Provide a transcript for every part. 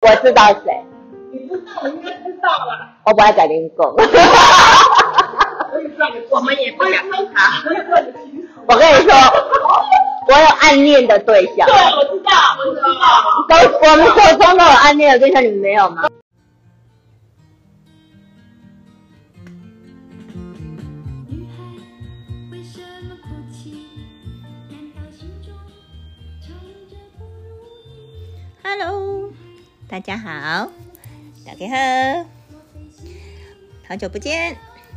我知道谁。 你知道，我应该知道了。 我不爱改您讲。 我们也不想跟他。 我跟你说，我有暗恋的对象。 对，我知道。 我们手中都有暗恋的对象，你们没有吗？Hello， 大家好，大家好，好久不见。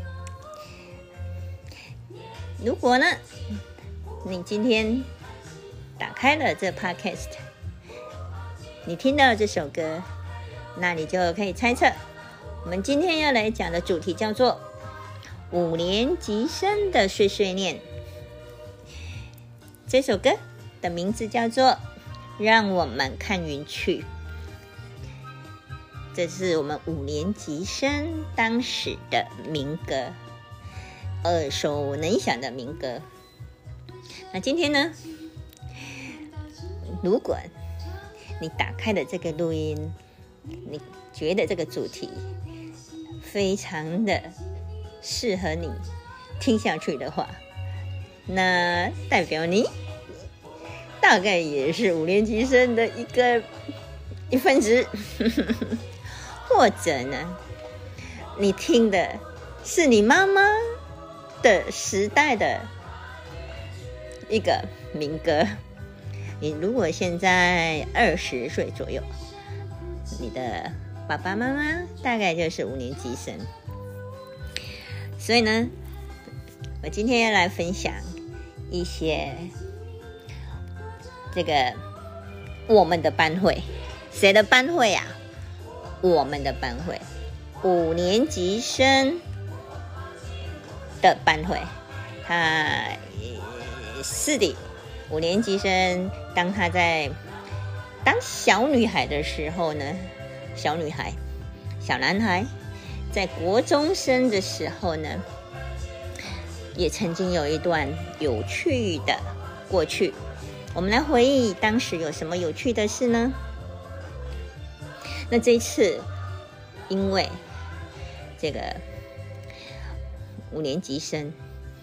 如果呢，你今天打开了这 podcast， 你听到了这首歌，那你就可以猜测，我们今天要来讲的主题叫做5年级生的碎碎念。这首歌的名字叫做让我们看云去，这是我们5年级生当时的民歌，耳熟能详的民歌。那今天呢，如果你打开了这个录音，你觉得这个主题非常的适合你听下去的话，那代表你大概也是5年级生的一分子，或者呢，你听的是你妈妈的时代的一个民歌。你如果现在20岁左右，你的爸爸妈妈大概就是5年级生。所以呢，我今天要来分享一些这个我们的班会。谁的班会啊？我们的班会，5年级生的班会。他是的，5年级生当他在当小女孩的时候呢，小男孩在国中生的时候呢，也曾经有一段有趣的过去。我们来回忆当时有什么有趣的事呢？那这一次因为这个5年级生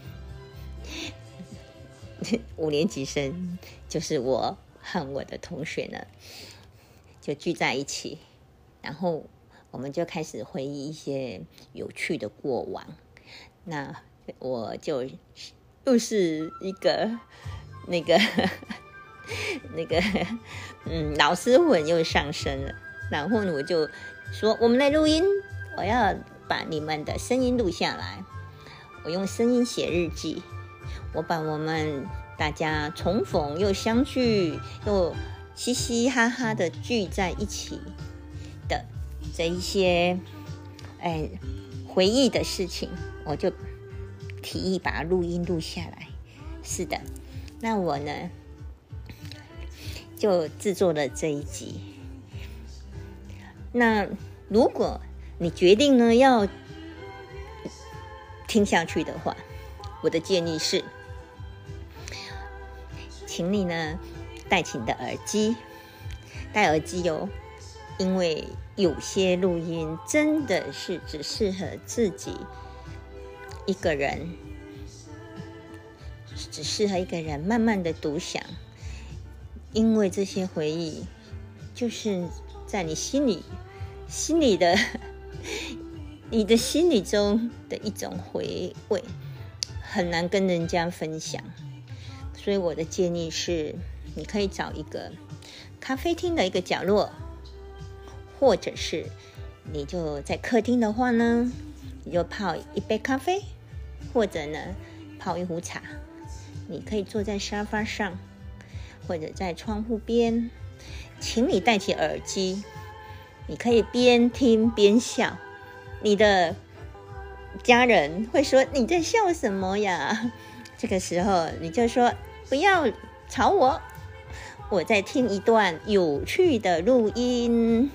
5年级生就是我和我的同学呢，就聚在一起，然后我们就开始回忆一些有趣的过往。那我就又是一个老师魂又上升了。然后呢，我就说我们来录音，我要把你们的声音录下来，我用声音写日记。我把我们大家重逢又相聚又嘻嘻哈哈的聚在一起的这一些回忆的事情，我就提议把录音录下来。是的，那我呢就制作了这一集。那如果你决定呢要听下去的话，我的建议是，请你呢戴起你的耳机，戴耳机哦，因为有些录音真的是只适合自己一个人，只适合一个人慢慢的独享，因为这些回忆就是在你心里的你的心里中的一种回味，很难跟人家分享。所以我的建议是，你可以找一个咖啡厅的一个角落，或者是你就在客厅的话呢，你就泡一杯咖啡，或者呢泡一壶茶。你可以坐在沙发上，或者在窗户边，请你戴起耳机，你可以边听边笑。你的家人会说你在笑什么呀？这个时候你就说不要吵我，我在听一段有趣的录音。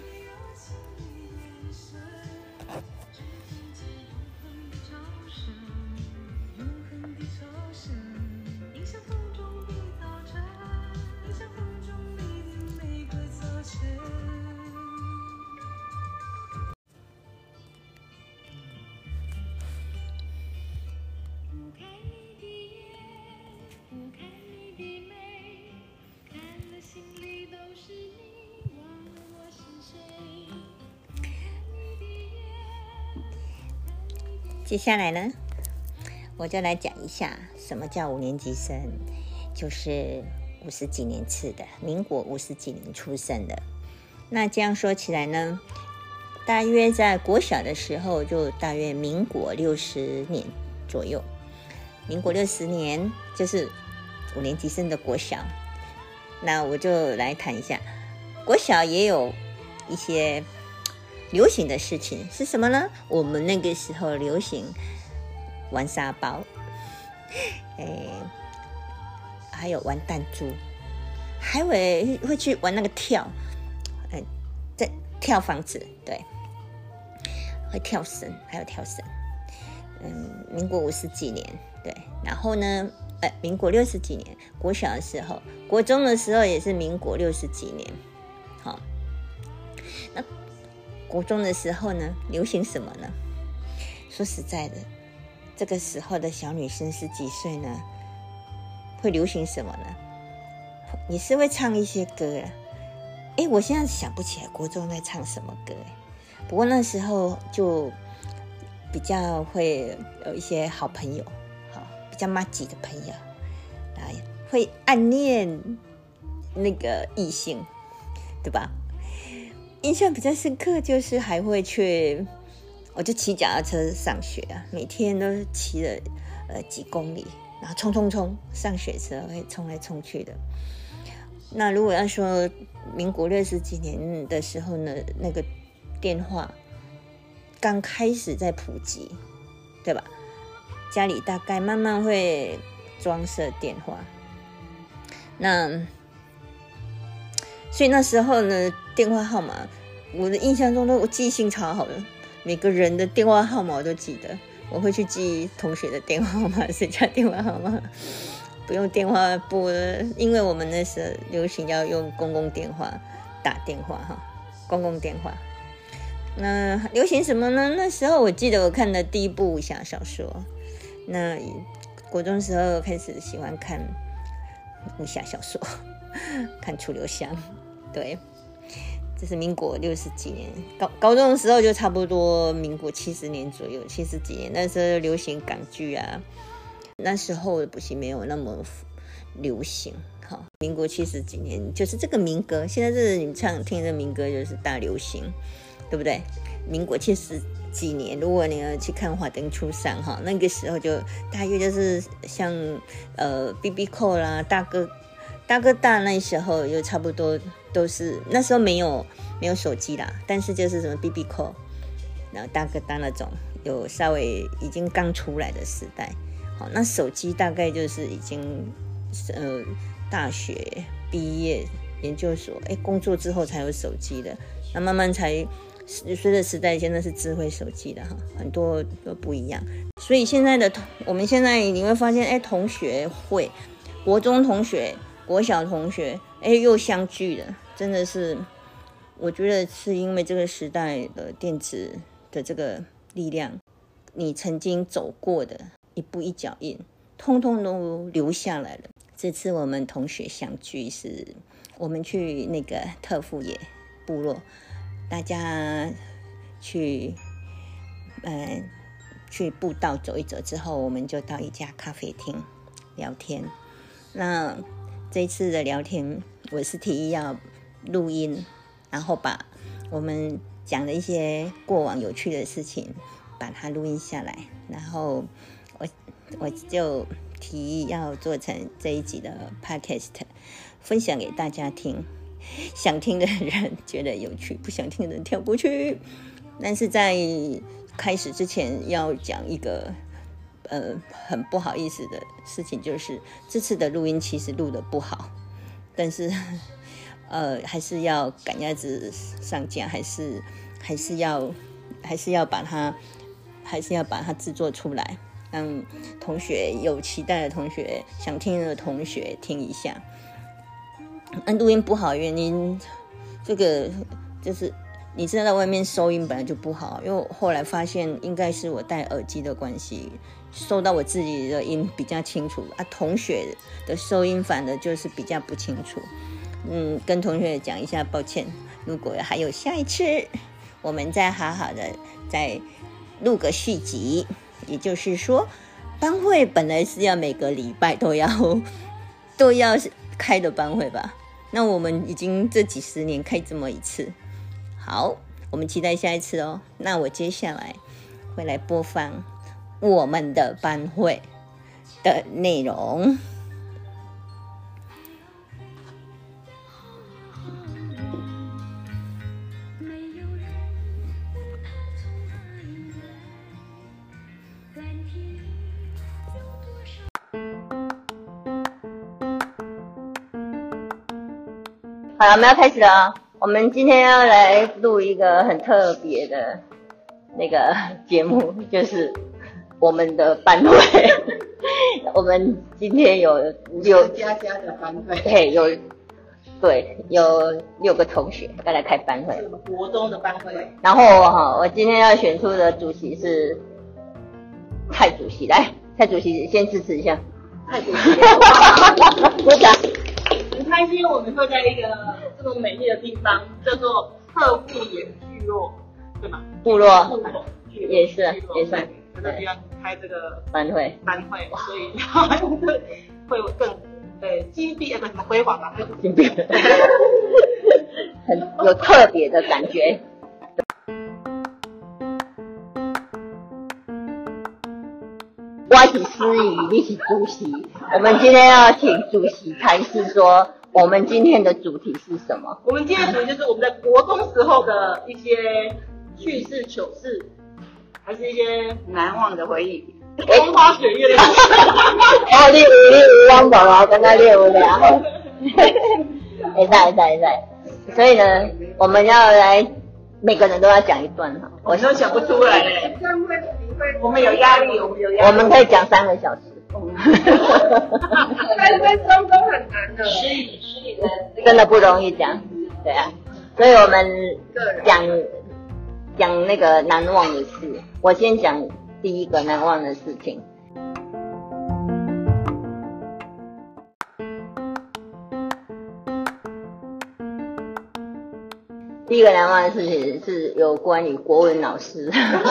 接下来呢，我就来讲一下什么叫5年级生，就是50几年次的，民国50几年出生的。那这样说起来呢，大约在国小的时候，就大约民国60年左右。民国60年就是5年级生的国小。那我就来谈一下，国小也有一些流行的事情是什么呢？我们那个时候流行玩沙包，还有玩弹珠，还会去玩那个跳，在跳房子，对，会跳绳，还有跳绳。民国50几年，对，然后呢，民国60几年，国小的时候，国中的时候也是民国60几年，好，那国中的时候呢，流行什么呢？说实在的，这个时候的小女生10几岁呢，会流行什么呢？你是会唱一些歌啊？我现在想不起来国中在唱什么歌，不过那时候就比较会有一些好朋友，比较麻吉的朋友，会暗恋那个异性，对吧？印象比较深刻就是还会去，我就骑脚踏车上学啊，每天都骑了几公里，然后冲，上学时候会冲来冲去的。那如果要说民国60几年的时候呢，那个电话刚开始在普及，对吧？家里大概慢慢会装设电话，所以那时候呢，电话号码我的印象中我记性超好的，每个人的电话号码我都记得，我会去记同学的电话号码，谁家电话号码，不用电话簿了，因为我们那时候流行要用公共电话打电话公共电话。那流行什么呢？那时候我记得我看的第一部武侠小说，那国中时候开始喜欢看武侠小说，看楚留香，对，这是民国60几年。高中的时候就差不多民国70年左右，70几年，那时候流行港剧啊，那时候的补习没有那么流行。好，民国70几年就是这个民歌，现在这你听的民歌就是大流行，对不对？民国70几年，如果你要去看《华灯初上》那个时候就大约就是像BB 扣啦、大哥大那时候就差不多都是，那时候没有手机啦，但是就是什么 BB 扣，然后大哥大那种有稍微已经刚出来的时代。好，那手机大概就是已经大学毕业研究所工作之后才有手机的，那慢慢才随着时代现在是智慧手机的很多都不一样。所以我们现在你会发现同学会，国中同学、国小同学又相聚了，真的是我觉得是因为这个时代的电子的这个力量，你曾经走过的一步一脚印通通都留下来了。这次我们同学相聚是我们去那个特富野部落，大家去步道走一走之后，我们就到一家咖啡厅聊天。那这一次的聊天我是提议要录音，然后把我们讲的一些过往有趣的事情把它录音下来，然后我就提议要做成这一集的 podcast 分享给大家听，想听的人觉得有趣，不想听的人跳过去。但是在开始之前要讲一个很不好意思的事情，就是这次的录音其实录得不好，但是还是要赶鸭子上架，还是要把它制作出来，让同学有期待的同学、想听的同学听一下。录音不好的原因，这个就是你知道在外面收音本来就不好，因为我后来发现应该是我戴耳机的关系，收到我自己的音比较清楚同学的收音反而就是比较不清楚。跟同学讲一下抱歉，如果还有下一次，我们再好好的再录个续集， 也就是说，班会本来是要每个礼拜都要开的班会吧？那我们已经这几十年开这么一次，好，我们期待下一次哦。那我接下来会来播放我们的班会的内容。好了，我们要开始了啊！我们今天要来录一个很特别的那个节目，就是我们的班会。我们今天有家的班会， 对，有6个同学要来开班会， 国中的班会。 然后我今天要选出的主席是蔡主席，来，蔡主席先支持一下。 蔡主席， 鼓掌。 很开心，我们会在一个这么美丽的地方，叫做鹤富野聚落，对吗？ 部落也是，在这个地方开这个班会， 所以会有更金碧什么辉煌吧？ 金碧，很有特别的感觉。我是司仪，你是主席。我们今天要请主席开示说，我们今天的主题是什么？ 我们今天的主题就是我们在国中时候的一些趣事糗事，还是一些难忘的回忆。 风花雪月的。 哦，你有忘宝啊？刚刚你有聊。会在。所以呢，我们要来，每个人都要讲一段哈。 我都想不出来嘞。我们有压力， 我们可以讲3个小时。 3分钟都很难的。 失礼的， 真的不容易讲，对啊。所以我们讲那个难忘的事。我先讲第一个难忘的事情。第一个难忘的事情是有关于国文老师。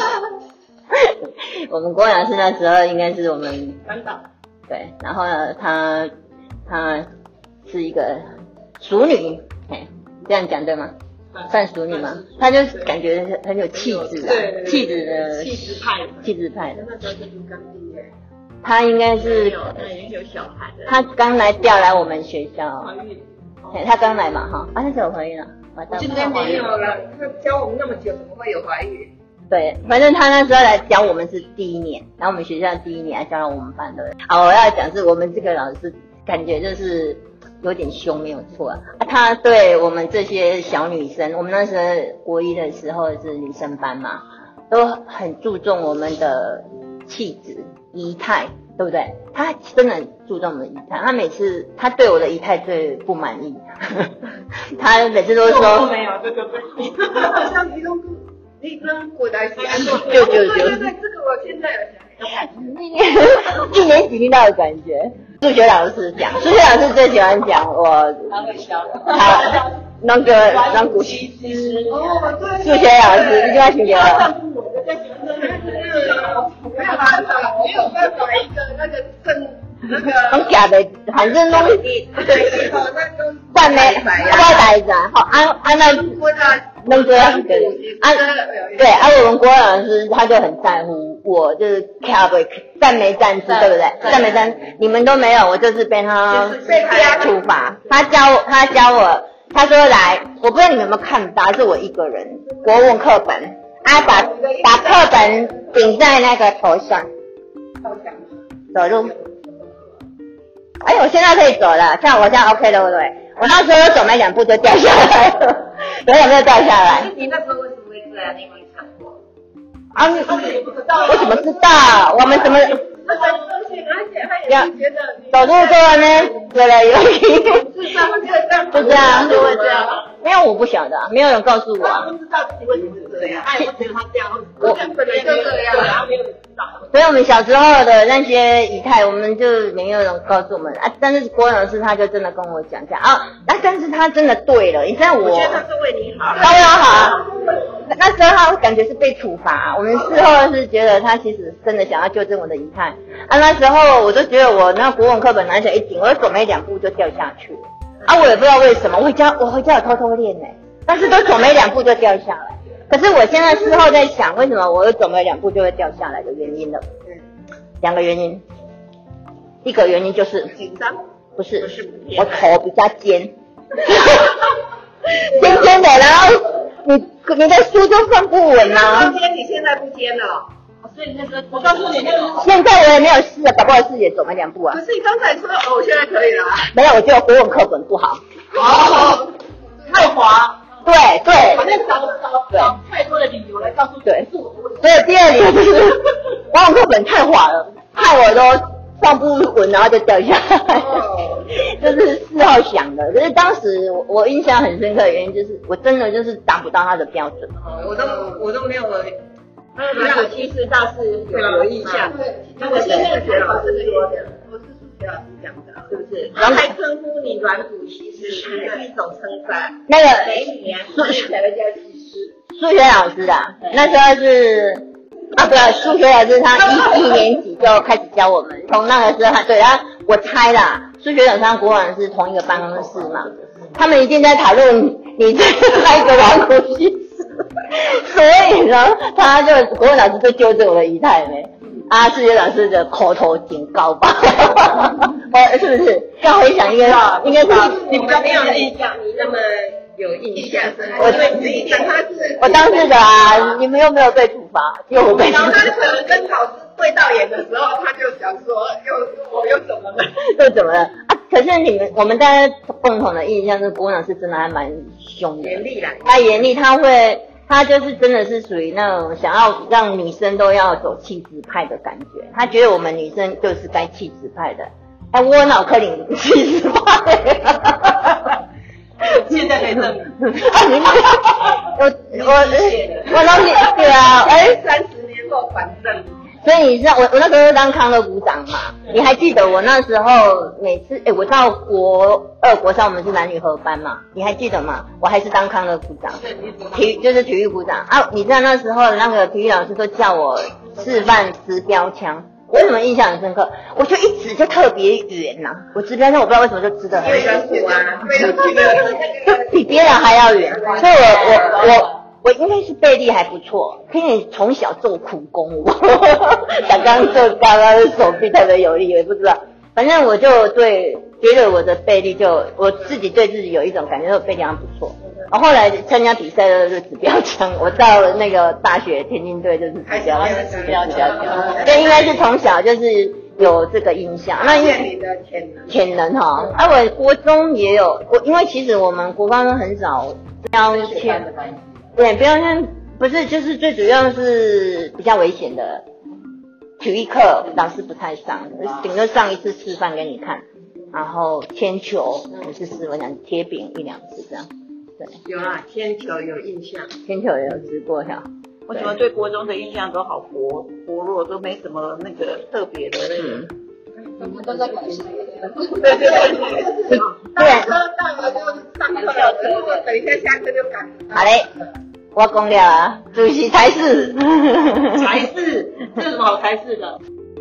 我们国文老师那时候应该是我们班长， 对，然后呢，她是一个淑女，这样讲对吗？算淑女吗？她就感觉很有气质啊，气质派的。 那时候就是刚毕业， 她应该是她已经有小孩了。 她刚调来我们学校， 怀孕， 她刚来嘛哈，那时候怀孕了， 现在没有了。她教我们那么久，怎么会有怀孕？ 对，反正他那时候来教我们是第1年，然后我们学校第1年来教我们班的。好，我要讲是我们这个老师感觉就是有点凶，没有错啊。他对我们这些小女生，我们那时候国1的时候是女生班嘛，都很注重我们的气质、仪态，对不对？他真的很注重我们的仪态。他对我的仪态最不满意，他每次都说没有这个问题，好像你跟我来写， 就对，这个我现在有想 1年级听到的感觉。数学老师最喜欢讲我， 他会教他那个让古希哦，对， 数学老师你就要学了。 没有办法，一个那个正那个。 拢假的，反正拢算没我来着，好按照那个对我们国文老师他就很在乎我，就是站没站姿，对不对？站没站，你们都没有，我就是被他处罚。他教我，他说来，我不知道你们有没有看到，是我一个人国文课本，把课本顶在那个头上，走路。哎，我现在可以走了，像我这样 OK 了，对不对？我那时候走没2步就掉下来了，有没有掉下来？ 你那时候为什么会这样？你有没有想过？ 啊，我怎么知道？我们怎么？ 而且他也觉得走路做呢？对了，有就这样， 就会这样。 没有，我不晓得，没有人告诉我。 他不知道自己为什么是这样，他也不觉得他这样，我本来就这样，然后没有人知道。 所以我们小时候的那些仪态，我们就没有人告诉我们啊。但是郭老师他就真的跟我讲啊，但是他真的对了，你知道我觉得他是为你好， 当然好。那时候他感觉是被处罚，我们事后是觉得他其实真的想要纠正我的遗憾啊。那时候我就觉得我那国文课本拿起来一顶，我走没2步就掉下去了啊！我也不知道为什么，我回家有偷偷练呢，但是都走没2步就掉下来。可是我现在事后在想，为什么我走没2步就会掉下来的原因了？2个原因，一个原因就是紧张， 不是不我头比较尖。尖尖的，然后你的书就放不稳啊。 你现在不尖了哦， 所以那个我告诉你， 现在我也没有试了，搞不好试也走没2步啊。 可是你刚才说我现在可以了。 没有，我觉得国文课本不好。 哦，太滑。 对， 反正找太多的理由来告诉对， 是我的问题。 所以第二理由就是国文课本太滑了，害我都放不稳，然后就掉下来。就是事后想的，可是当时我印象很深刻的原因就是我真的就是达不到他的标准。 我都没有。那我其实倒是有印象，我现在学老师说的，我是数学老师讲的，是不是？然后还称呼你软骨，其实是一种称赞。 那个美女啊，数学的叫技师， 数学老师啊，那时候是不是数学老师他一年级就开始教我们，从那个时候我猜啦，数学老师和国文老师同一个办公室嘛，他们一定在讨论你这那一个软骨系数。所以呢，国文老师就纠正我的仪态没啊，数学老师的口头警告吧，是不是？这样回想应该是你比较没有印象，你那么有印象， 我当时的啊，你们又没有被处罚，就我被处罚。 他可能跟老师对到眼的时候，他就想说，我又怎么了？ 又怎么了啊？可是我们大家共同的印象是，国文老师真的还蛮凶的， 严厉啦。 他严厉，他就是真的是属于那种想要让女生都要走气质派的感觉，他觉得我们女生就是该气质派的。我脑壳里气质派。 现在可以证明。 我当年对啊 ，30年后反正。 所以你知道我那时候当康乐股长嘛，你还记得我那时候每次我到国2、国3我们是男女合班嘛，你还记得吗？我还是当康乐股长，就是体育股长啊。你知道那时候那个体育老师都叫我示范直标枪，为什么印象很深刻？我就一指就特别远呐，我直标枪我不知道为什么就指得很远，比别人还要远，所以我应该是背力还不错，可以从小做苦工，刚刚做刚刚手臂特别有力，我也不知道，反正我就觉得我的背力我自己对自己有一种感觉，我背力好像不错。然后后来参加比赛的就是指标枪，我到了那个大学田径队就是指标枪，对，应该是从小就是有这个印象。那因为你的潜能哈，我国中也有，因为其实我们国高中很少标签。对，标签不是，就是最主要是比较危险的体育课，老师不太上，顶多上一次示范给你看，然后铅球也是我讲贴饼1、2次这样。对， 有啦，铅球有印象， 铅球也有吃过哈。 我怎么对国中的印象都好薄弱，都没什么那个特别的那个。 我们都在管事。 对。 到了就上课了，然后等一下下课就赶。 好嘞，我讲了啊，主席才是。 才是，这是什么好才是的？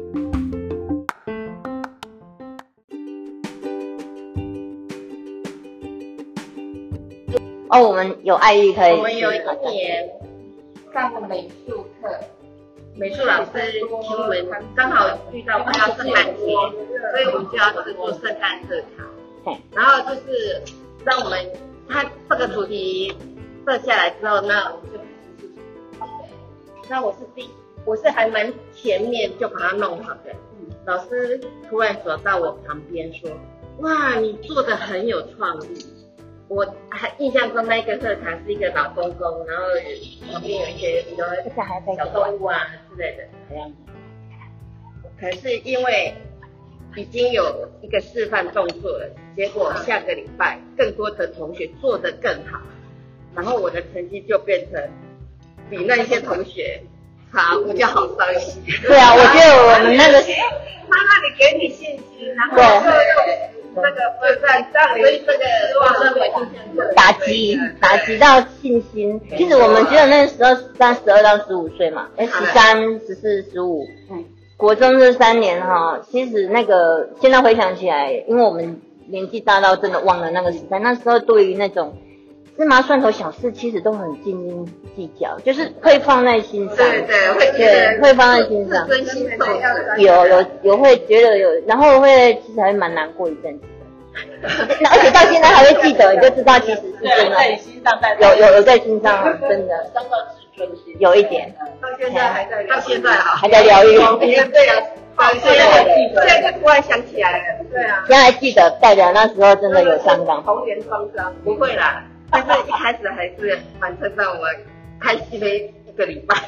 我们有爱玉可以。 我们有一年上个美术课，美术老师请我们刚好遇到快要圣诞节，所以我们就要制作圣诞特考。然后就是让我们他这个主题设下来之后，那我们就那我是还蛮前面就把它弄好的。老师突然走到我旁边说：“哇，你做的很有创意。”我还印象中那个课堂是一个老公公，然后旁边有一些比如小动物啊之类的。可是因为已经有一个示范动作了，结果下个礼拜更多的同学做得更好，然后我的成绩就变成比那些同学差，我就好伤心。 对啊，我觉得我们那个他那里给你信心，然后这个会在所以这个我认为是打击到信心。其实我们只有那时候12到15岁嘛，13、14、15，国中这3年哈，其实那个现在回想起来，因为我们年纪大到真的忘了那个时代，那时候对于那种芝麻蒜头小事，其实都很斤斤计较，就是会放在心上，对，会放在心上，有会觉得有，然后会其实还蛮难过一阵子的，而且到现在还会记得，你就知道其实是真的，有在心上，真的伤到自尊心，有一点， 到现在还在疗愈， 对啊。现在突然想起来了，对啊， 现在还记得，代表那时候真的有伤感， 童年创伤不会啦，但是一开始还是反正让我开心了一个礼拜，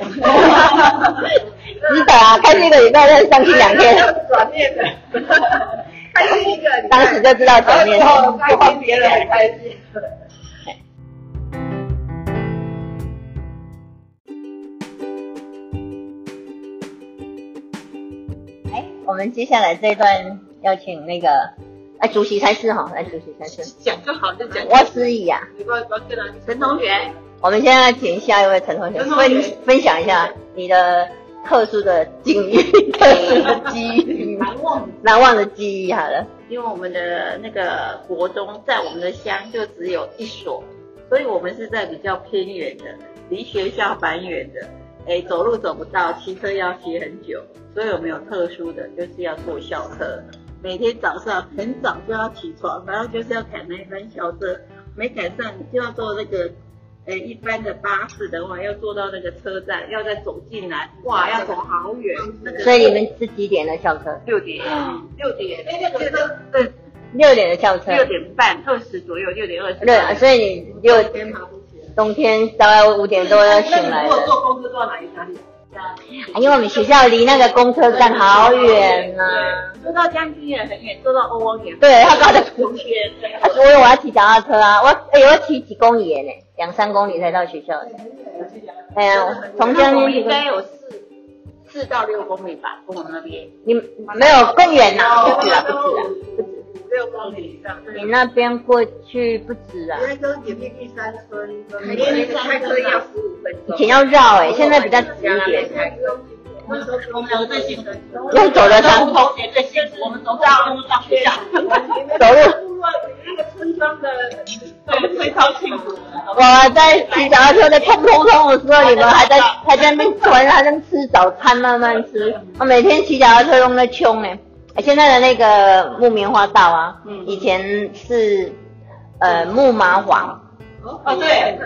值得啊，开心一个礼拜，但是伤心2天， 转念的，开心一个礼拜， 当时就知道转念， 然后帮别人很开心。 我们接下来这一段要请那个主席才是哈，来主席才是讲就好，就讲。 我司仪啊， 陈同学， 我们现在请下一位陈同学分享一下你的特殊的境遇、特殊的机遇、难忘的记忆。好了， 因为我们的那个国中在我们的乡就只有1所，所以我们是在比较偏远的，离学校蛮远的，走路走不到，骑车要骑很久。所以我们有特殊的，就是要坐校车，每天早上很早就要起床，然后就是要赶那一班校车，没赶上就要坐那个一般的巴士的话，要坐到那个车站，要再走进来，哇，要走好远。 所以你们是几点的校车 ？6点。 对，6点的校车。 6点半20左右，6点20。 对，所以你冬天大概5点多要醒来了。 如果坐公车坐到哪里？ 因为我们学校离那个公车站好远啊， 坐到将军也很远，坐到欧汪也对，他搞得中间。 所以我要骑脚踏车啊，我骑几公里呢？2-3公里才到学校。哎呀，从将军应该有4到6公里吧，跟我们那边。 你没有更远呐？不止啊 ，5-6公里以上。 你那边过去不止啊。 那时候也第三村，开车要15分钟。 以前要绕现在比较直一点。 我们2个最幸福， 用走的上同学最幸福，我们走到学校， 走路。 那个村庄的， 对，最超幸福。 我在骑脚踏车在冲的时候，你们还在那边穿，还在吃早餐，慢慢吃。我每天骑脚踏车用在冲现在的那个木棉花道啊，以前是木麻黄。 对，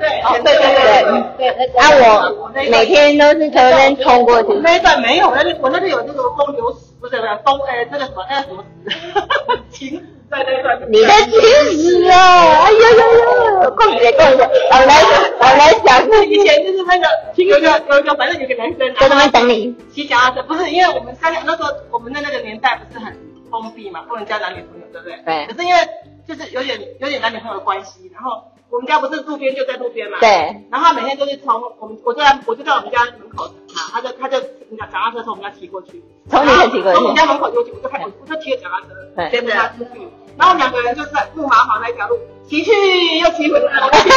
我每天都是从那边冲过去。 那一段没有，我那里有那个风流史，不是那个什么情史在那一段。 你的情史啊！哎呦，共学，我来讲。 以前就是那个有一个，反正有个男生在那边等你骑脚踏车，不是因为我们那时候我们的那个年代不是很封闭嘛，不能交男女朋友，对不对？ 对。 可是因为就是有点男女朋友的关系，然后我们家不是路边就在路边嘛， 对。 然后他每天都是从我就在我们家门口嘛，他就脚踏车从我们家骑过去， 从你家骑过去， 从我们家门口过去，我就骑着脚踏车跟着他出去，然后2个人就在木麻黄那条路骑去又骑回来，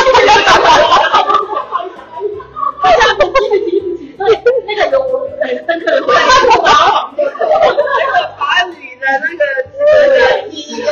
那个有我很深刻的回忆，木麻黄把你的那个记忆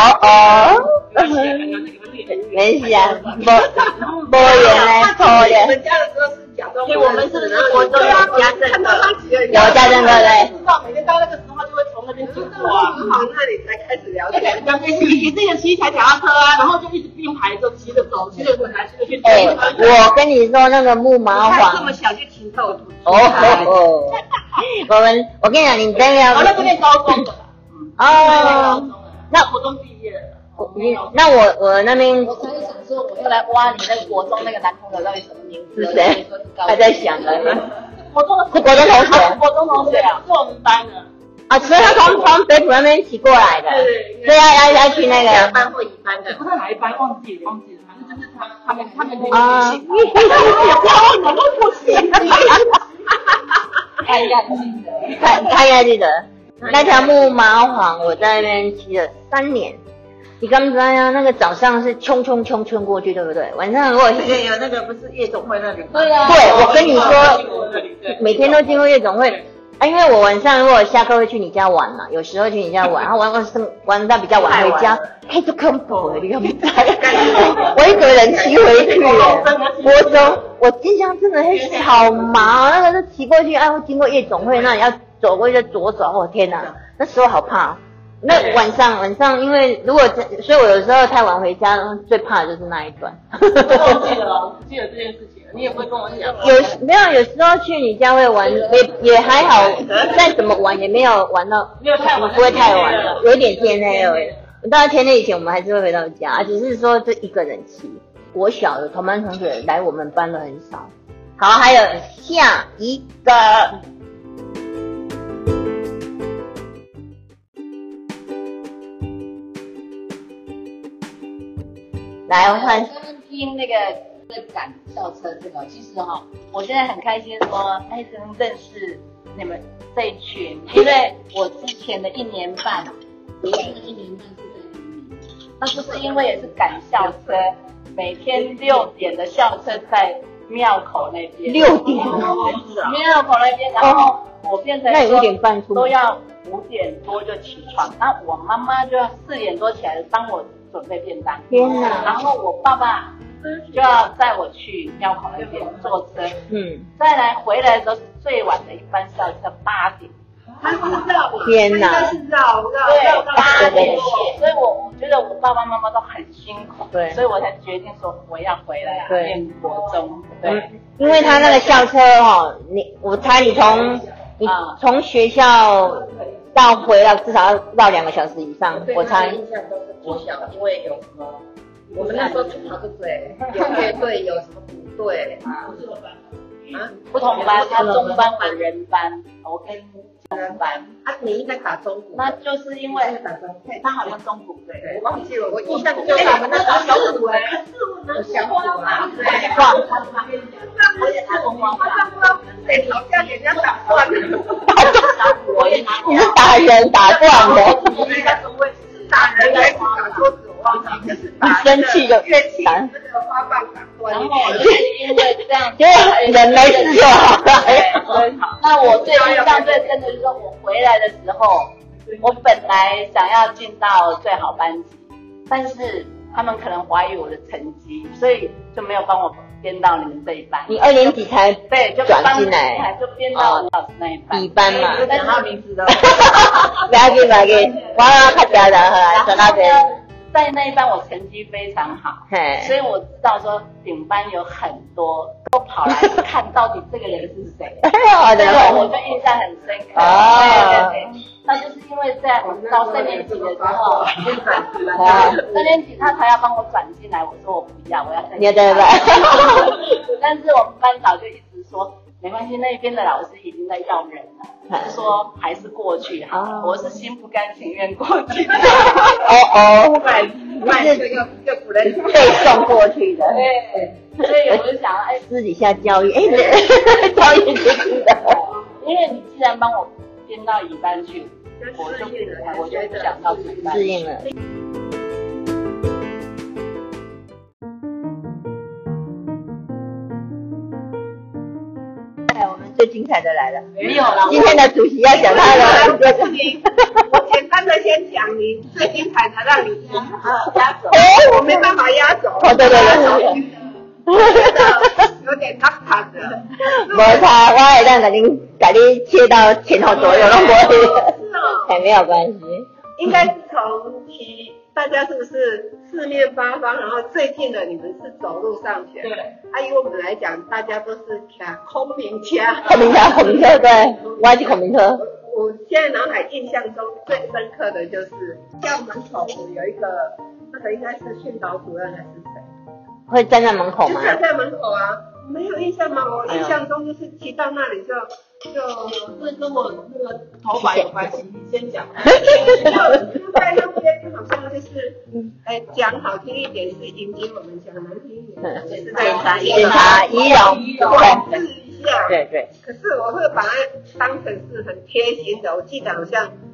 没事啊，没原来错的。 我们家的时候是假装， 我们是不是国中有家政课？ 有家政课对。 知道每天到那个时候就会从那边经过啊， 好那里才开始了解。 以前骑一台脚踏车啊，然后就一直并排就骑着走，骑着回来，骑着去。 我跟你说那个木麻黄， 这么小就情窦初开。 我跟你讲，你真的要。 那是念高中的。 那国中毕业了。 那我那边， 我才想说，我又来挖你那个国中那个男朋友到底什么名字？ 是谁？还在想呢。 是国中同学，是我们班的。 啊，所以他从北埔那边骑过来的，所以要去那个甲班或乙班的， 不知道哪一班，忘记了，反正就是他们啊， 他应该记得， 他应该记得那条木麻黄，我在那边骑了3年。 你刚才呀，那个早上是冲过去，对不对？晚上如果有那个不是夜总会那里吗？ 对啊， 对，我跟你说，每天都经过夜总会啊，因为我晚上如果下课会去你家玩嘛，有时候去你家玩，然后玩到比较晚回家，嘿，就恐怖了，你看不在，我一个人骑回去国中，我印象真的是好忙，那个是骑过去，哎，会经过夜总会，那你要走过去左走，我天哪，那时候好怕。那晚上，因为如果所以我有时候太晚回家，最怕的就是那一段。 我忘记了，不记得这件事情了，你也不会跟我讲。 没有？有时候去你家会玩，也还好，再怎么玩也没有玩到，不会太晚了，有一点天黑了。我到天黑以前，我们还是会回到家，只是说就一个人骑。国小的同班同学来我们班的很少。好，还有下一个。来，我看刚刚听那个赶校车这个，其实我现在很开心说，能认识你们这一群，因为我之前的1年半，我去的1年半是在黎明，那就是因为也是赶校车，每天6点的校车在庙口那边 ，6点， 庙口那边，然后我变成那5点半出门都要5点多就起床，那我妈妈就要4点多起来帮我准备便当， 天哪！ 然后我爸爸就要载我去庙口那边坐车，再来回来的时候是最晚的一班校车8点， 天哪！ 对，8点，所以我觉得我爸爸妈妈都很辛苦， 对， 所以我才决定说我要回来念国中，对， 因为他那个校车我猜你从学校到回来至少要绕2个小时以上，我猜。 印象都是国小，因为有什么，我们那时候去跑个队，有乐队，有什么舞队不同班，他中班我人班，我跟中班。 你应该打中鼓， 那就是因为他好像中鼓对， 我忘记了，我印象就是我们那时候小鼓可是我小鼓啊，对， 而且他文化大， 谁吵架给人家打断了， 你是打人打断的， 打人还是打桌子，我忘记了， 你生气就打， 那个花棒打断， 然后就是因为这样， 人没事就好了。 那我最印象最深的就是说我回来的时候，我本来想要进到最好班级，但是他们可能怀疑我的成绩，所以就没有帮我编到你们这一班。 你2年级才对，就转进来， 就编到吴老师那一班。 底班嘛， 但是名字的， 不要紧，我较家人后来转那边。 在那一班我成绩非常好，所以我知道说顶班有很多都跑来看到底这个人是谁，我就印象很深刻。对，那就是因为在到3年级的时候，3年级他才要帮我转进来，我说我不要，我要再进来。但是我们班长就一直说没关系，那边的老师已经在要人了，就说还是过去好，我是心不甘情愿过去。 又不能被送过去的。 对，所以我就想， 私底下教育，教育就是的。 因为你既然帮我编到乙班去，我就不想到乙班。 适应了。我们最精彩的来了， 没有了。 今天的主席要讲他的， 我简单的先讲你最精彩的，让你压轴。我没办法压轴。 对。 有点卡卡的。 无差，我会当给你切到前后左右都可以，没有关系。 应该是从大家是不是四面八方，然后最近的你们是走路上学。对。以我们来讲，大家都是骑空明车。 空明车，对，我也是空明车。 我现在脑海印象中最深刻的就是校门口有一个，那个应该是训导主任还是谁？ 会站在门口吗？ 就站在门口啊，没有印象吗？我印象中就是骑到那里就跟我那个头发有关系，你先讲。就在那边好像就是，讲好听一点是迎接我们，讲难听一点就是检查仪容， 对。可是我会把它当成是很贴心的，我记得好像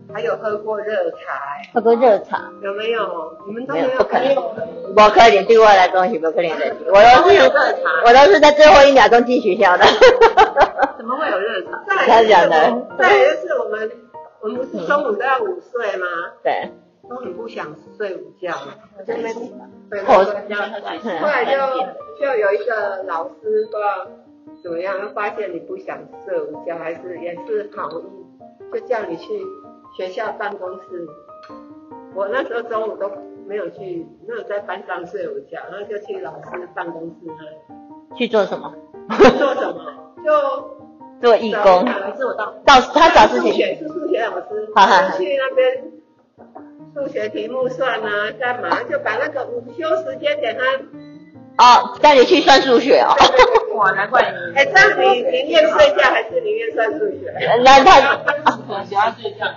还有喝过热茶， 喝过热茶有没有？你们都没有， 没有？ 不可能，不可能，对我来说是不可能的。我都是在最后1秒钟进学校的。 怎么会有热茶？ 他讲的。 再来就是我们不是中午都要午睡吗？ 对。 都很不想睡午觉， 在那边后来就有一个老师不知道怎么样，发现你不想睡午觉，也是好意，就叫你去学校办公室。我那时候中午都没有在班上睡午觉，然后就去老师办公室那里去做什么？ 做什么？就做义工。 是我到他找事情是数学老师，去那边数学题目算啊，干嘛就把那个午休时间给他。 带你去算数学哦。 哇，难怪你。 这样你宁愿睡觉还是宁愿算数学？ 那他喜欢睡觉。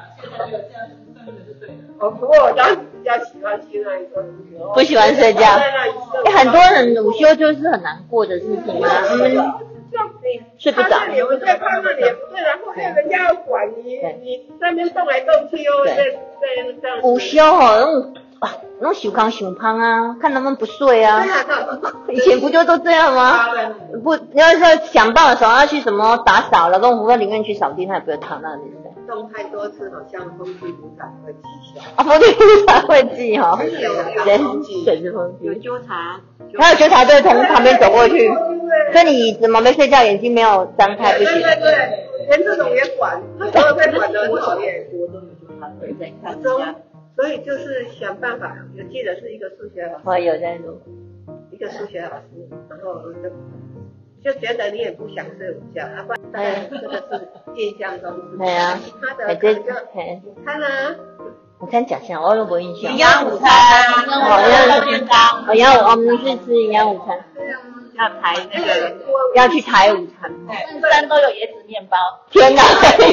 不过我当时比较喜欢去那里做数学。 不喜欢睡觉。很多人午休就是很难过的事情啊。睡不着。 也不对，看那里也不对，然后人家要管你在那边动来动去又在这样。 午休那种想康想胖啊，看他们不睡啊。以前不就都这样吗？不，要是想办法要去什么打扫了，跟我宁愿去扫地，他也不会躺那里睡。 动太多次，好像风纪股长会记下。 风纪股长会记哈。水是风纪。 有纠察。 还有纠察队从旁边走过去，所以你怎么没睡觉，眼睛没有张开不行。 对，连这种也管，那时候被管得很讨厌。 国中有纠察队在看家。所以就是想办法，我记得是一个数学老师， 我有在录， 一个数学老师，然后就觉得你也不想睡午觉，不然这个是印象中是。 对啊， 他的午餐呢？ 午餐讲下，我都没印象。 营养午餐啊，便当。 我们是吃营养午餐。 要抬那个， 要去抬午餐。 3都有椰子面包。 天哪！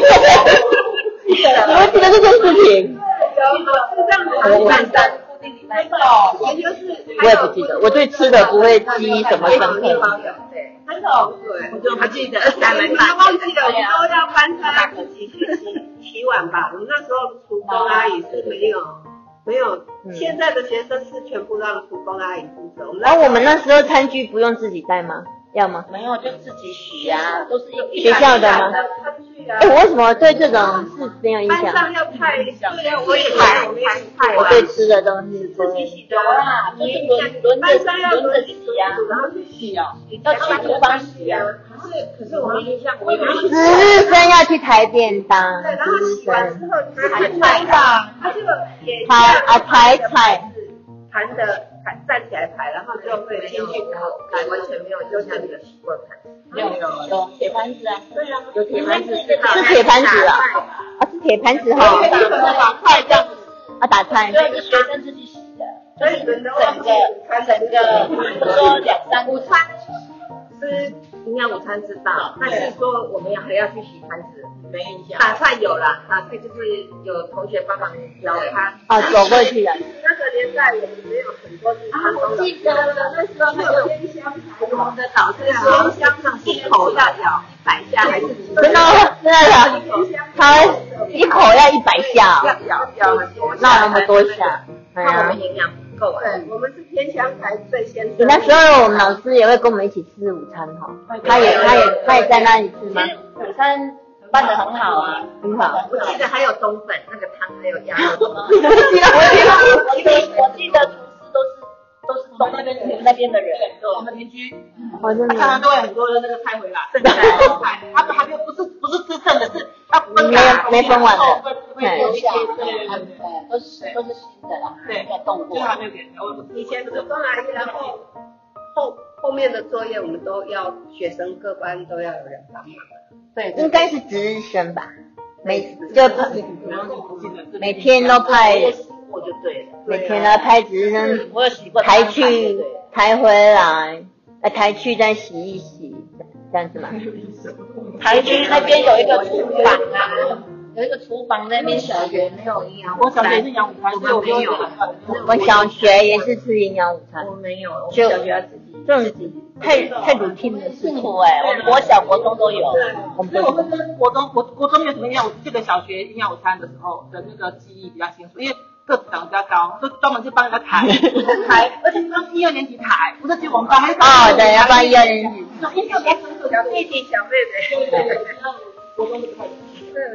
你们记得这件事情？我也不记得，我对吃的不会记什么深刻。 我就不记得，他忘记了，我们都要班上自己去洗碗吧。我们那时候厨工阿姨是没有，现在的学生是全部让厨工阿姨负责。 我们那时候餐具不用自己带吗？要吗？ 没有，就自己洗啊，都是学校的吗？我为什么对这种是没有印象？ 班上要派，对啊，我也派。 我对吃的东西自己洗的啊，班上要轮着洗啊， 然后去洗哦， 要去厨房洗啊。 可是我们印象， 值日生要去抬便当， 对，然后洗完之后抬吧，他就也抬盘的站起来排，然后就会进去排，完全没有就像你的习惯排。 有铁盘子啊， 对啊， 有铁盘子， 是铁盘子啊，是铁盘子哈。 打菜这样子， 打菜。 对，是学生自己洗的， 所以整个说2-3午餐吃营养午餐知道，但是说我们还要去洗盘子， 没印象。 打菜有啦，打菜就是有同学帮忙教他。 走过去的。 那个年代我们没有很多地方都有。 记得那时候还有鲜香牌，我们的早餐鲜香上一口要咬100下还是真的他一口要100下， 要很多， 那么多下， 那我们营养不够。对，我们是偏香牌最先。 那时候我们老师也会跟我们一起吃午餐哈，他也在那里吃吗？ 午餐办得很好啊， 很好。 我记得还有冬粉，那个汤还有鸭肉。 我记得厨师都是从那边的人，我们邻居，常常都会很多的那个菜回来，剩下的菜，他们还没有不是吃剩的，是他分没分完的， 会有一些都是新的啦，对，没有动过，还没有给。 以前是送阿姨，然后后面的作业我们都要学生各班都要有人帮忙。 对，应该是值日生吧，每天都派。 我就对了， 每天都派值日生， 我有习惯抬去抬回来，抬去再洗一洗，这样子嘛。 台区那边有一个厨房啊，有一个厨房那边小学没有营养午餐，我小学是营养午餐，我没有。 我小学也是吃营养午餐， 我没有，我小学要自己太 routine 了， 是错哎，我们国小、国中都有。 所以我跟国中没有什么营养，我记得小学营养午餐的时候的那个记忆比较清楚，因为个子长得比较高，就专门去帮人家抬，而且是刚1、2年级抬，不是去我们班还是对，要帮1、2年级。 小弟弟、小妹妹， 对，国中不太有。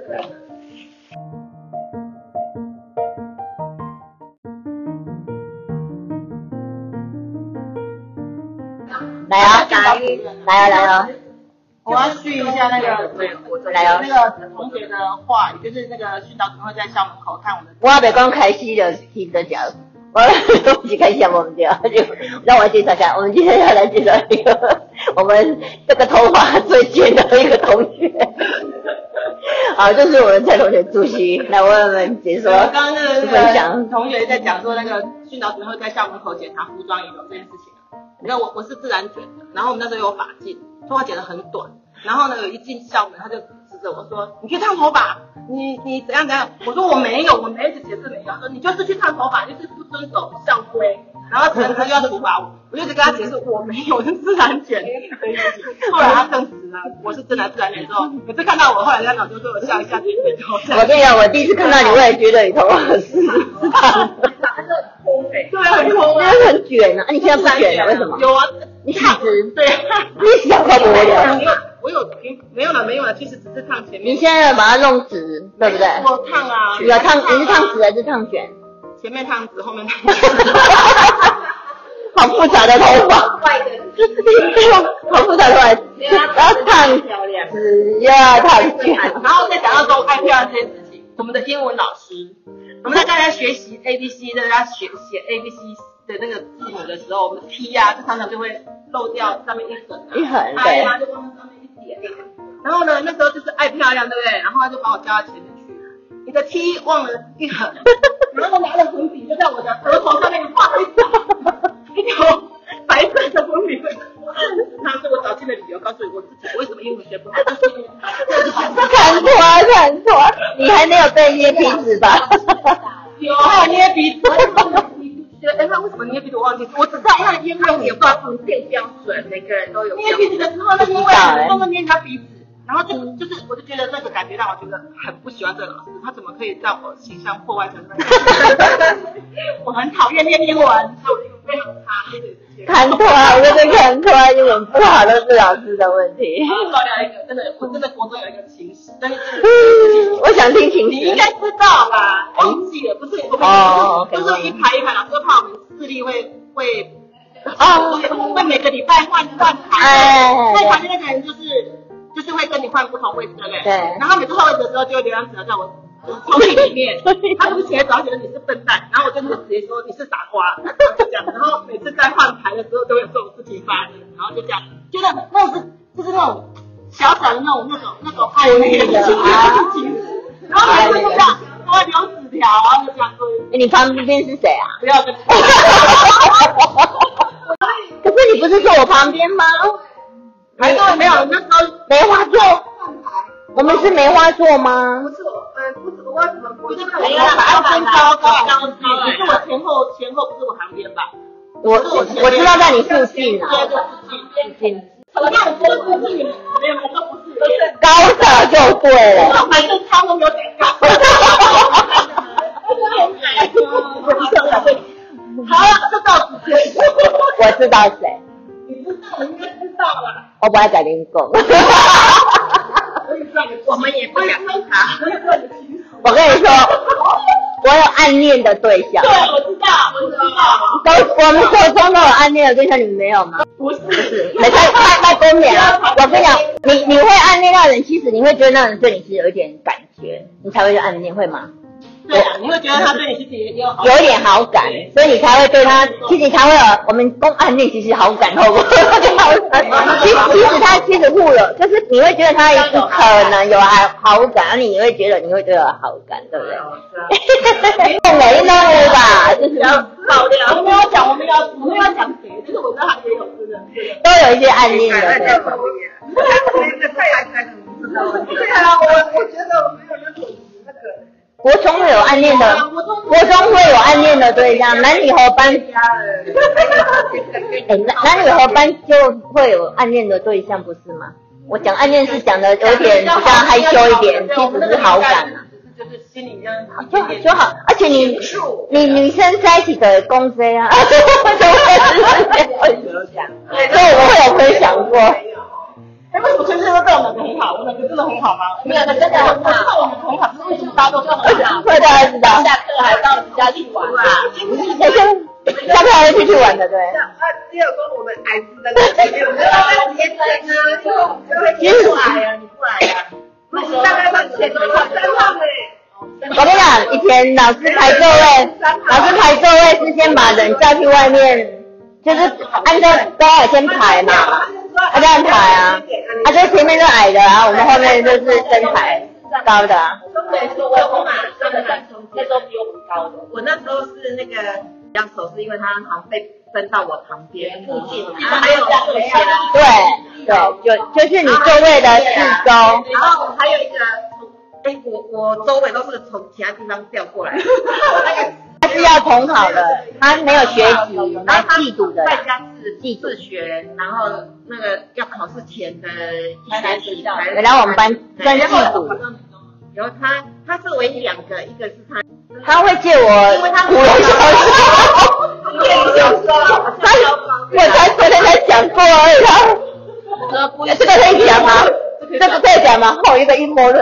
来啊！ 我要续一下那个那个同学的话，就是那个训导主任会在校门口看我们。 我别刚开始就听着讲，我东西开始忘掉，就让我介绍一下，我们今天要来介绍一个我们这个头发最尖的一个同学。好，这是我们蔡同学主席来为我们解说。 刚刚那个同学在讲说，那个训导主任会在校门口检查服装仪容这件事情。你看我是自然卷的，然后我们那时候有发镜，头发剪得很短，然后呢一进校门他就指着我说：“你去烫头发，你怎样？”我说：“我没有，我没一直解释没有。”他说：“你就是去烫头发，就是不遵守校规。”然后他就要处罚我，我就一直跟他解释我没有，我是自然卷。后来他证实了我是真的自然卷之后，每次看到我，后来人家老就对我笑一下，点点头。 我跟你讲，我第一次看到你，我也觉得你头发是烫的。 对，很空啊， 很卷啊！你现在不卷了，为什么？ 有啊， 你体质对， 你想快不会的。 我有没有了，其实只是烫前面。 你现在把它弄直，对不对？ 我烫啊， 有烫，你是烫直还是烫卷？ 前面烫直，后面烫卷。 好复杂的头发，好复杂的头发，然后烫直又要烫卷， 然后再讲到说爱漂亮这件事情，我们的英文老师。我们在大家学习 ABC 的，大家写 ABC 的那个字母的时候，我们 T 啊，就常常就会漏掉上面一横，对，啊就忘了上面一点。然后呢，那时候就是爱漂亮，对不对？然后他就把我叫到前面去，你的 T 忘了一横，然后拿了粉笔就在我的额头上面画了一条白色的粉笔。那是我找进的理由，告诉我自己为什么英文学不好。 看错，你还没有被捏鼻子吧？ 有，还有捏鼻子。那为什么捏鼻子我忘记？我只知道那烟味也画成变标准，每个人都有。捏鼻子的时候，那因为都会捏他鼻子，然后就是我就觉得那个感觉让我觉得很不喜欢这个老师，他怎么可以让我形象破坏成那样？我很讨厌念英文，所以我英文非常差。 看错啊！我真的看错啊！英文不好都是老师的问题。 爆料一个，我真的国中有一个情史，但是我想听情史。 你应该知道吧？忘记了，不是我们就是一排一排，老师怕我们视力会每个礼拜换台，换台的那个人就是会跟你换不同位置，对不对？ 对。 然后每次换位置的时候，就会留张纸在我抽屉里面，他不是写早觉得你是笨蛋，然后我就直接说你是傻瓜，就这样。然后每次在换台的时候都有这种事情发生，然后就这样，觉得那是就是那种小小的那种暧昧的情绪，然后每次就这样，我会留纸条，然后就这样说。 你旁边是谁啊？ 不要跟。 可是你不是坐我旁边吗？ 没有，那时候梅花座。我们是梅花座吗？ 不是，不是，我怎么不是没有把它分高，你是我前后不是我旁边吧？ 我知道在你附近啊， 附近。我那我说的不是你，没有，都不是， 高的就对了。 反正他们有点高。好了，这到此结束。 我知道谁。 你知道，你应该知道了。 我不爱改灵狗。 我们也不想听他。 我跟你说，我有暗恋的对象。 对，我知道。 我们手中都有暗恋的对象，你们没有吗？ 不是， 没太公平了。我跟你讲，你会暗恋那人，其实你会觉得那人对你是有一点感觉，你才会去暗恋，会吗？ 对啊，你会觉得他对你其实也有一点好感，所以你才会对他，其实你才会有我们公暗恋其实好感，好不好？其实互有，就是你会觉得他可能有好感，而你会觉得你会对他有好感，对不对？没弄吧，就是要爆料。我们要讲谁？就是我知道他也有真的， 都有一些暗恋的。 太太不知道。 对啊，我觉得我没有那种那个。 国中会有暗恋的。 国中国中会有暗恋的对象，男女合班，男女合班就会有暗恋的对象，不是吗？我讲暗恋是讲的有点比较害羞一点，其实是好感啊。 就是心里这样就好，而且你女生在一起的公司啊，所以我会有分享过。 为什么全世界都对我们两个很好？我们两个真的很好吗？ 我们两个真的很好， 我们很好，就是为什么大家都这么好？ 会大家知道。 下课还到人家去玩啊， 下课还会去玩的，对。 只有跟我们孩子的感觉，我们要节省啊，就会你不来啊，你不来啊。大概到前头3趟呢。 我跟你讲，以前老师排座位是先把人叫去外面，就是按照都要先排嘛，这样排啊，就前面是矮的啊，我们后面就是身材高的啊。 对，说我有马上的那时候比我们高的， 我那时候是那个比较熟，是因为他好像被分到我旁边附近， 还有坐下， 对，就是你座位的四周， 然后还有一个我周围都是从其他地方调过来的， 他是要统考的，他没有学籍， 然后他寄读的， 在家自学，然后那个要考试前的一学期来， 然后我们班算寄读。 然后他是唯一2个，一个是他会借我， 因为他古龙小说，我才昨天才讲过而已，这个可以讲吗？这个可以讲吗？后一个阴谋论，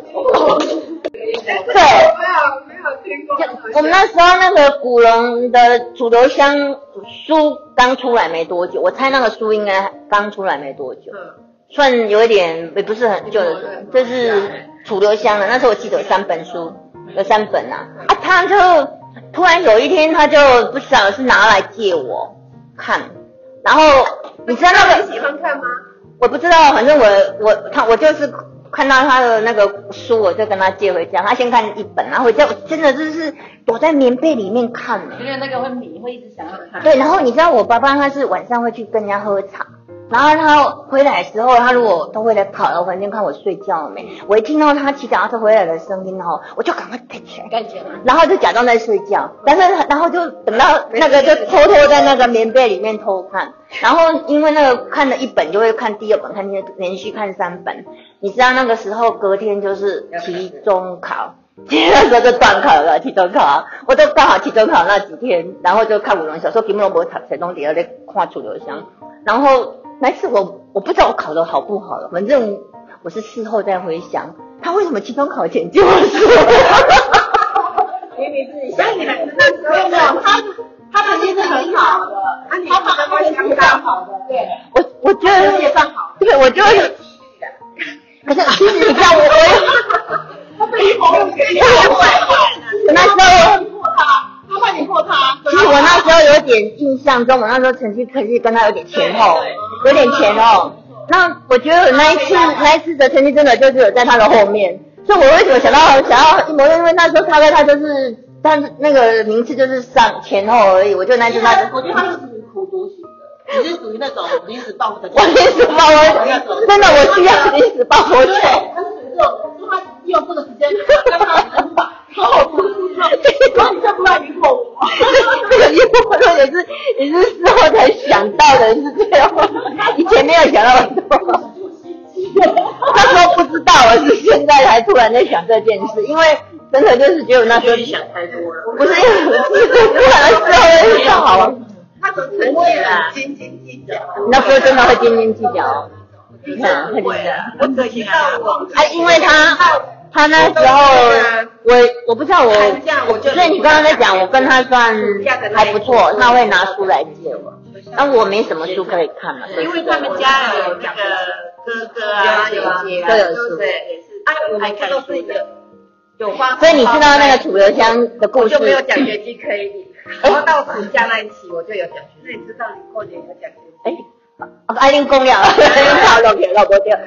对， 没有听过。 我们那时候那个古龙的楚留香书刚出来没多久，我猜那个书应该刚出来没多久，算有一点也不是很旧的书，这是楚留香的。那时候我记得有3本书，有3本啊，他就突然有一天他就不知道是拿来借我看，然后你知道那个你喜欢看吗？ 我不知道，反正我就是看到他的那个书，我就跟他借回家。他先看1本，然后回家我真的就是躲在棉被里面看因为那个会迷，会一直想要看。 对，然后你知道我爸爸他是晚上会去跟人家喝茶，然后他回来的时候，他如果都会来跑到房间看我睡觉了没，我一听到他骑脚踏车回来的声音后，我就赶快盖起来，然后就假装在睡觉，然后就等到那个就偷偷在那个棉被里面偷看，然后因为那个看了1本就会看第2本，看连续看3本，你知道那个时候隔天就是期中考。那时候就断考了，期中考，我都刚好期中考那几天，然后就看古龙小说，根本都没读册，拢伫咧看楚留香。然后那次我不知道我考得好不好了，反正我是事后再回想，他为什么期中考前就说？ 因为自己想，你还是那时候没有他成绩是很好的，他考的会相当好的，对。 我觉得也算好， 对，我就有。可是其实你看我他被你跑路给你那时候他怕你破他。 其实我那时候有点印象中，我那时候成绩可是跟他有点前后。那我觉得那一次的成绩真的就是有在他的后面，所以我为什么想要一模一样？因为那时候他就是他那个名次就是上前后而已，我就那次我觉得他是属于苦读型的，你是属于那种临时抱佛脚。 我临时抱佛，真的我需要临时抱佛脚。 他是属于这种，他用这个时间让他很把好好读书，然后你就不要疑惑我。 这个疑惑也是事后才想到的，是这样。以前没有想到很多。那时候不知道，我是现在才突然在想这件事，因为真的就是觉得那时候想太多了。 不是因为突然事后在想，好啊。 他的成绩很斤斤计较， 那时候真的会斤斤计较，你看会斤斤。 我可惜到我， 因为他那时候我不知道所以你刚刚在讲，我跟他算还不错，他会拿书来借我，但我没什么书可以看嘛， 因为他们家有那个哥哥啊，有姐啊， 都有书， 对，也是，我们都是一个有花， 所以你知道那个楚留香的故事， 我就没有奖学金可以领，然后到暑假那一期我就有奖学金，那你知道你过年有奖学金？ 爱恁讲了，好落去落不掉。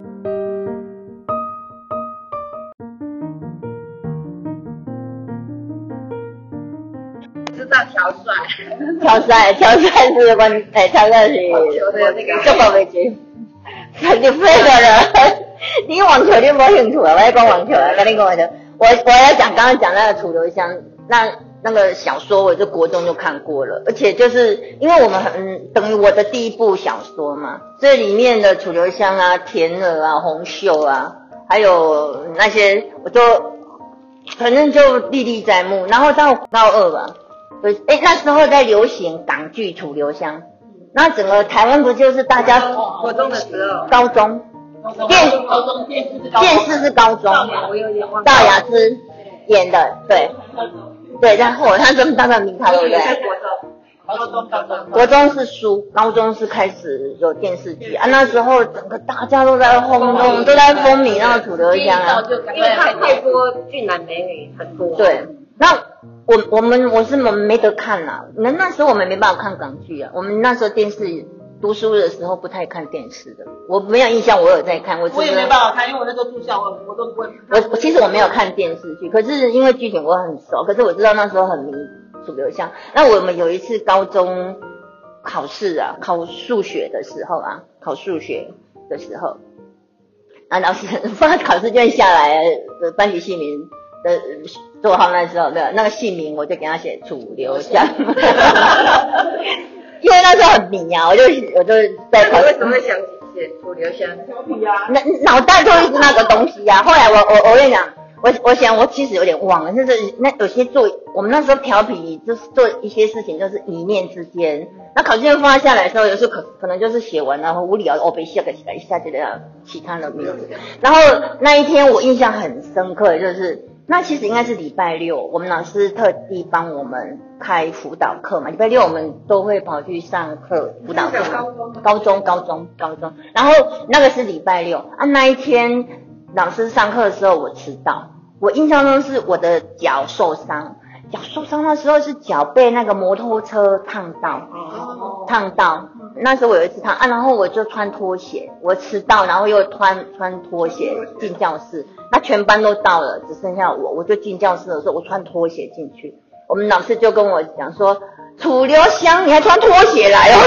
知道调帅是关调帅是足够袂济，你废的人，你网球你没兴趣啊？我在讲网球啊，跟你讲网球。我要讲刚刚讲那个楚留香， 那个小说我就国中就看过了，而且就是因为我们等于我的第一部小说嘛，所以里面的楚留香啊、田娥啊、红袖啊，还有那些我就反正就历历在目。然后到高二吧，那时候在流行港剧楚留香，那整个台湾不就是大家国中的时候， 高中电视是高中，大雅之演的，对，然后他这么大的名堂，对不对？国中是书，高中是开始有电视剧啊。那时候整个大家都在轰动，都在风靡那个楚留香啊， 因为他太多俊男美女很多。 对，那我们没得看啦。那时候我们没办法看港剧啊。我们那时候电视读书的时候不太看电视的，我没有印象我有在看。我也没办法看，因为我那时候住校，我都不会。 我其实我没有看电视剧，可是因为剧情我很熟，可是我知道那时候很迷楚留香。那我们有一次高中考试啊，考数学的时候，老师发考试卷下来，班级姓名的座号那时候的那个姓名，我就给他写楚留香。因为那时候很迷啊，我就在考试。 为什么会想写楚留香？ 脑袋就一直那个东西啊。后来我跟你讲，我想我其实有点忘了，就是那有些我们那时候调皮，就是做一些事情，就是一念之间。那考试卷发下来的时候，有时候可能就是写完了，无聊被下一下就要其他的名字。然后那一天我印象很深刻，就是那其实应该是礼拜六，我们老师特地帮我们开辅导课嘛。礼拜六我们都会跑去上课，辅导课。高中。然后那个是礼拜六啊，那一天老师上课的时候我迟到，我印象中是我的脚受伤的时候是脚被那个摩托车烫到。那时候我有一次烫啊，然后我就穿拖鞋，我迟到，然后又穿拖鞋进教室。那全班都到了，只剩下我就进教室的时候，我穿拖鞋进去。我们老师就跟我讲说：“楚留香，你还穿拖鞋来哦？”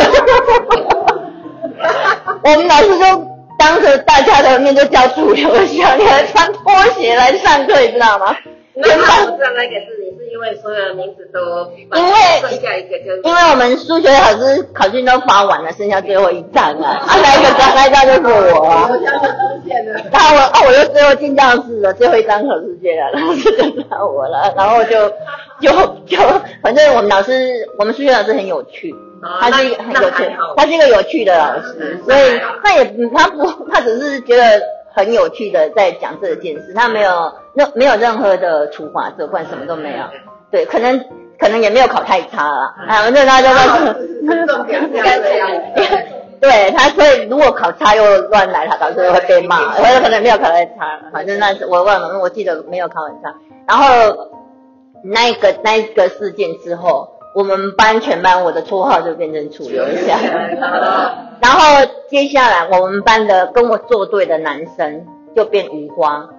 我们老师就当着大家的面就叫楚留香，你还穿拖鞋来上课，你知道吗？ 那他不知道那个是你是因为所有的名字都剩下一个就是因为我们数学老师考卷都发完了，剩下最后一张啊，那一张就是我啊。然后我就最后进教室了，最后一张考试卷了，然后就轮到我了，然后就反正我们数学老师很有趣。他是一个有趣的老师，所以他只是觉得很有趣的在讲这件事，他没有任何的处罚责怪，什么都没有。对，可能也没有考太差啦，反正他就对他，所以如果考差又乱来，他导师会被骂。我有可能没有考太差，反正那是我忘了，我记得没有考很差。然后那一个事件之后，我们全班我的绰号就变成楚留香。然后接下来我们班的跟我作对的男生就变鱼花。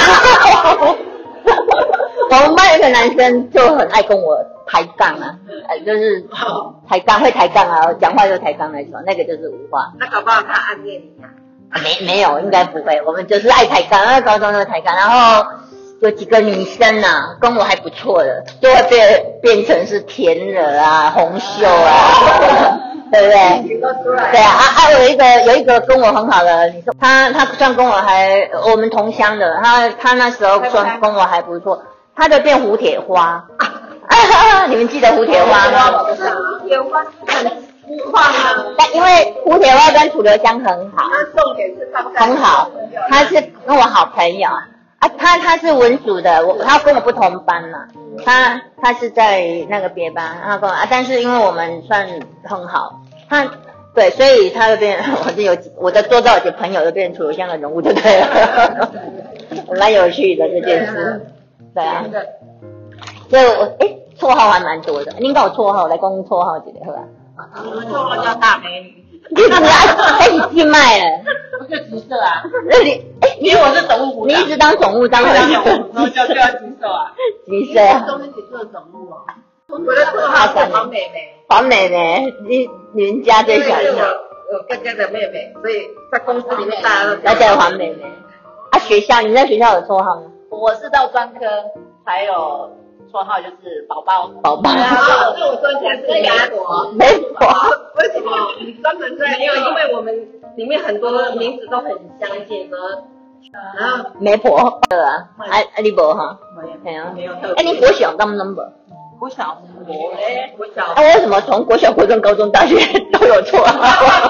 我们班有一个男生就很爱跟我抬杠啊，就是抬杠啊，讲话就抬杠那种，那个就是鱼花。 那搞不好他暗恋你啊？ 没有，应该不会。我们就是爱抬杠，那高中就抬杠，然后有几个女生啊，跟我还不错的，就会变成是田娥啊、红袖啊，对不对？对啊，有一个跟我很好的女生，她算跟我们同乡的，她那时候算跟我还不错，她就变蝴蝶花。你们记得蝴蝶花吗？ 蝴蝶花很粗犷啊， 但因为蝴蝶花跟楚留香很好， 重点是他们很好，她是跟我好朋友。他是文组的，他跟我不同班嘛，他是在那个别班，他跟我但是因为我们算很好，对，所以他就变，我的周遭有些朋友就变成楚留香的人物就对了，蛮有趣的这件事，对啊，所以绰号还蛮多的，您搞绰号来公绰号几个好吧？ 我绰号叫大美女。 你进卖了， 我就橘色啊。 因为我是宠物，你一直当宠物当很久， 然后就要橘色啊。 橘色啊。 都是橘色的宠物哦。我的绰号是黄妹妹。 黄妹妹，你们家最小的。 我哥哥的妹妹，所以在公司里面大家都叫黄妹妹。学校你在学校有绰号吗？ 我是到专科才有绰号就是宝宝。 宝宝。 对，我说起来是媒婆。 媒婆。 为什么？你专门在因为我们里面很多名字都很相近的。然后媒婆对啊，你无哈？ 没有。 你国小number？ 国小。 为什么从国小、国中、高中、大学都有错？